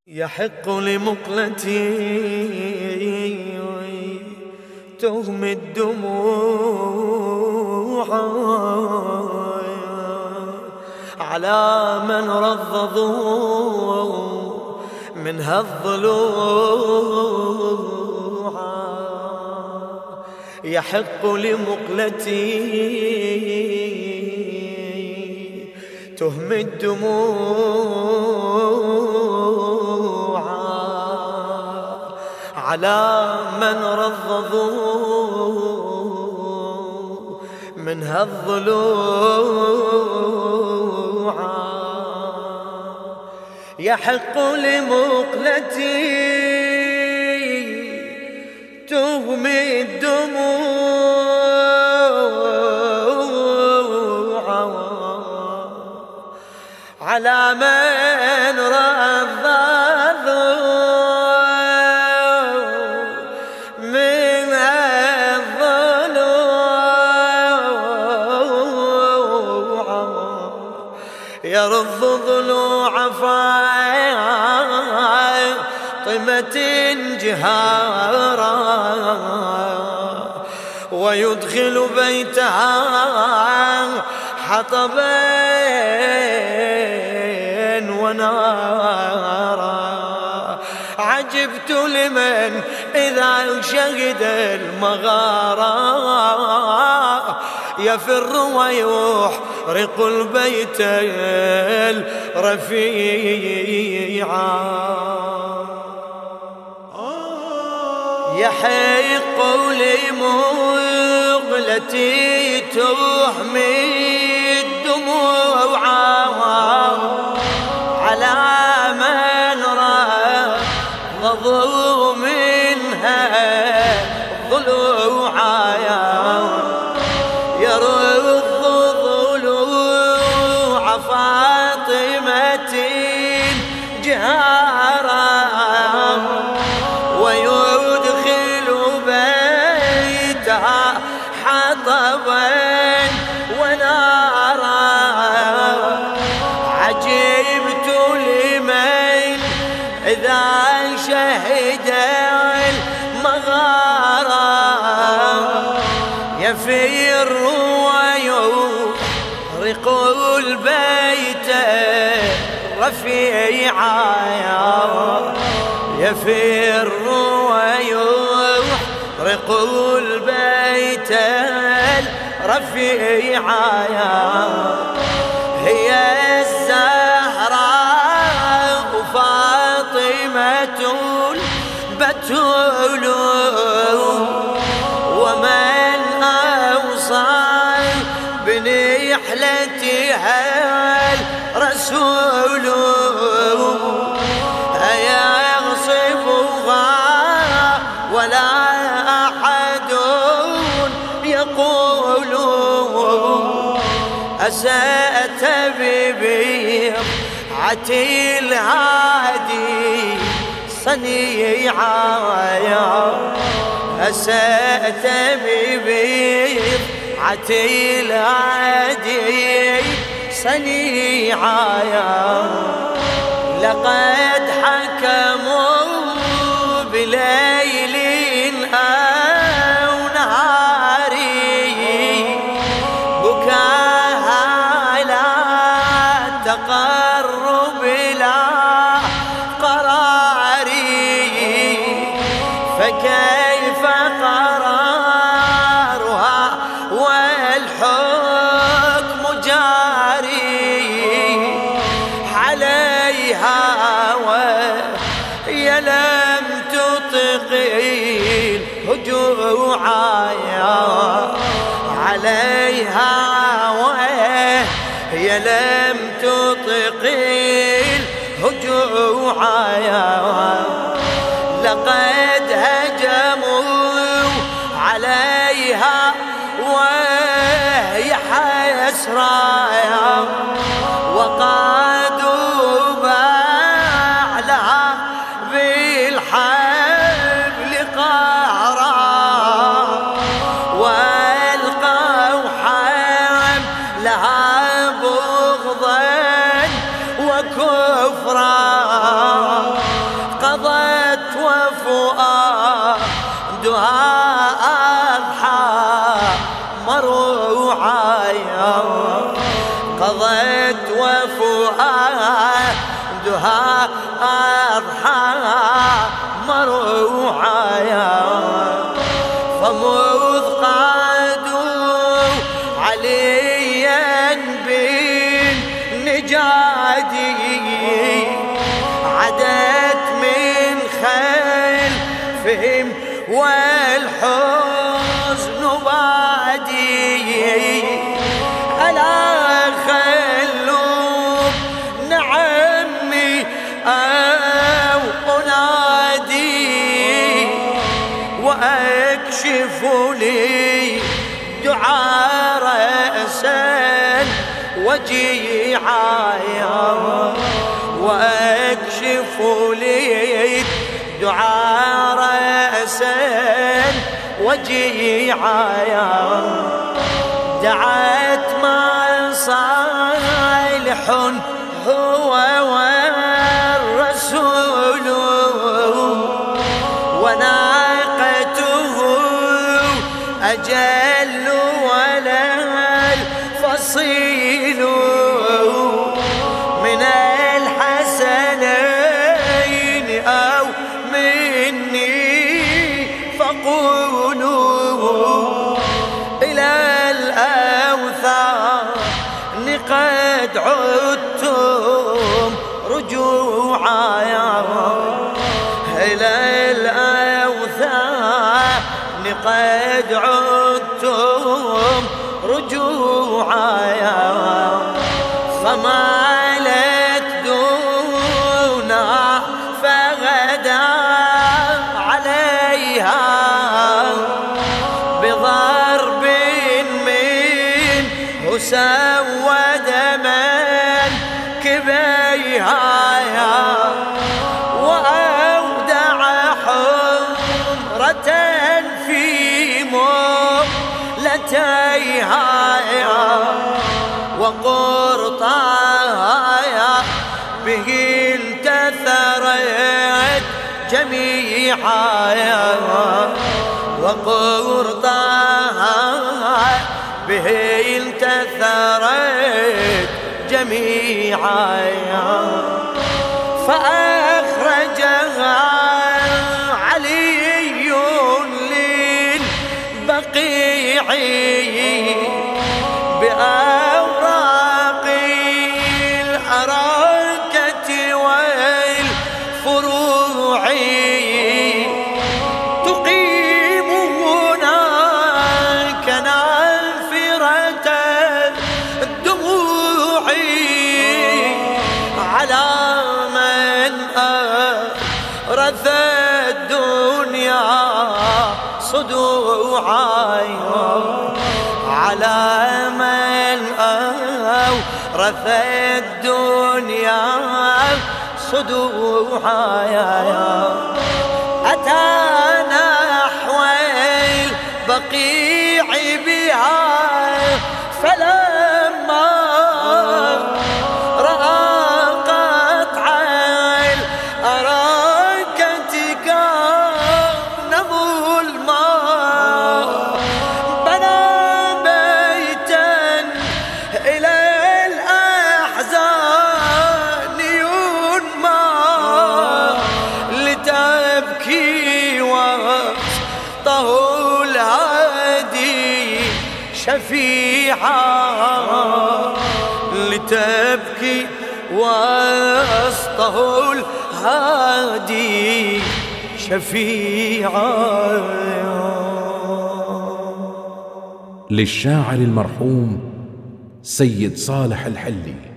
يحق لمقلتي تهم الدموع على من رضضوا منها الضلوع. يحق لمقلتي تهم الدموع على من رضضوا منها الضلوع. يحق لمقلتي تهم الدموع على من رضضوا منها الضلوع. يرض ضلوع فاطمة جهارا ويدخل بيتها حطبا ونارا. عجبت لمن إذا شهد المغارة يفر ويحرق البيت الرفيعا. يحق لمقلتي تحمي الدموع على من رضضوا منها ضلوع. يرض ضلوع فاطمة جهارا ويدخل بيتها حطبا ونارا. عجبت لمن إذا شهد المغارة يفر ويحرق البيت الرفيعا. يفر ويحرق البيت الرفيعا. هي الزهراء فاطمة البتول ومن أوصى بنحلتها الرسول. أيغصبها ولا أحد يقول أسأت ببيعة الهادي صنيعا. أسأت ببيعة الهادي صنيعا. لقد حكموا بليل أو نهار بكاها على تقرب لا قرار. فكيف قرارها والحكم جاري عليها وهي لم تطق الهجوع. عليها وهي لم تطق الهجوع. لقد هجموا عليها وهي حسرايا وقادوا بعلها بالحبل قهرا والقوا حملها بغضا وكفرا. بعدها أضحى مروعة فمذ قادوا عليا بالنجادي عدت من خلفهم والحزن بادي ألا خلوا نعمي أو أنادي وأكشف لي دعاء رأسا وجيعا وأكشف لي دعاء رأسا وجيعا دعت ما صالح هو والرسول وناقته أجل ولا الفصيل من الحسنين أو مني فقولوا إلى الأوثان قد عدتم رجوعا إلى الأوثان قد عدتم رجوعا فمالت دونا فغدا عليها بضرب منه سود من كبيها وأودع حمرة في مولتيها وقرطاها به انتثرت جميعا وقرطاها به انتثرت جميعا فأخرجها علي للبقيع بأوراق الأراكة والفروع تقيم هناك نافرة الدموع على من أورث الدنيا صدوعا على من أورث الدنيا صدوعا أتى نحو البقيع بها فلما رأى قطع الأراكة كان ظلما بنى بيتا إلى الأحزان ينمى لتبكي وسطه الهادي شفيعا لتبكي وسطه الهادي شفيعا. للشاعر المرحوم سيد صالح الحلي.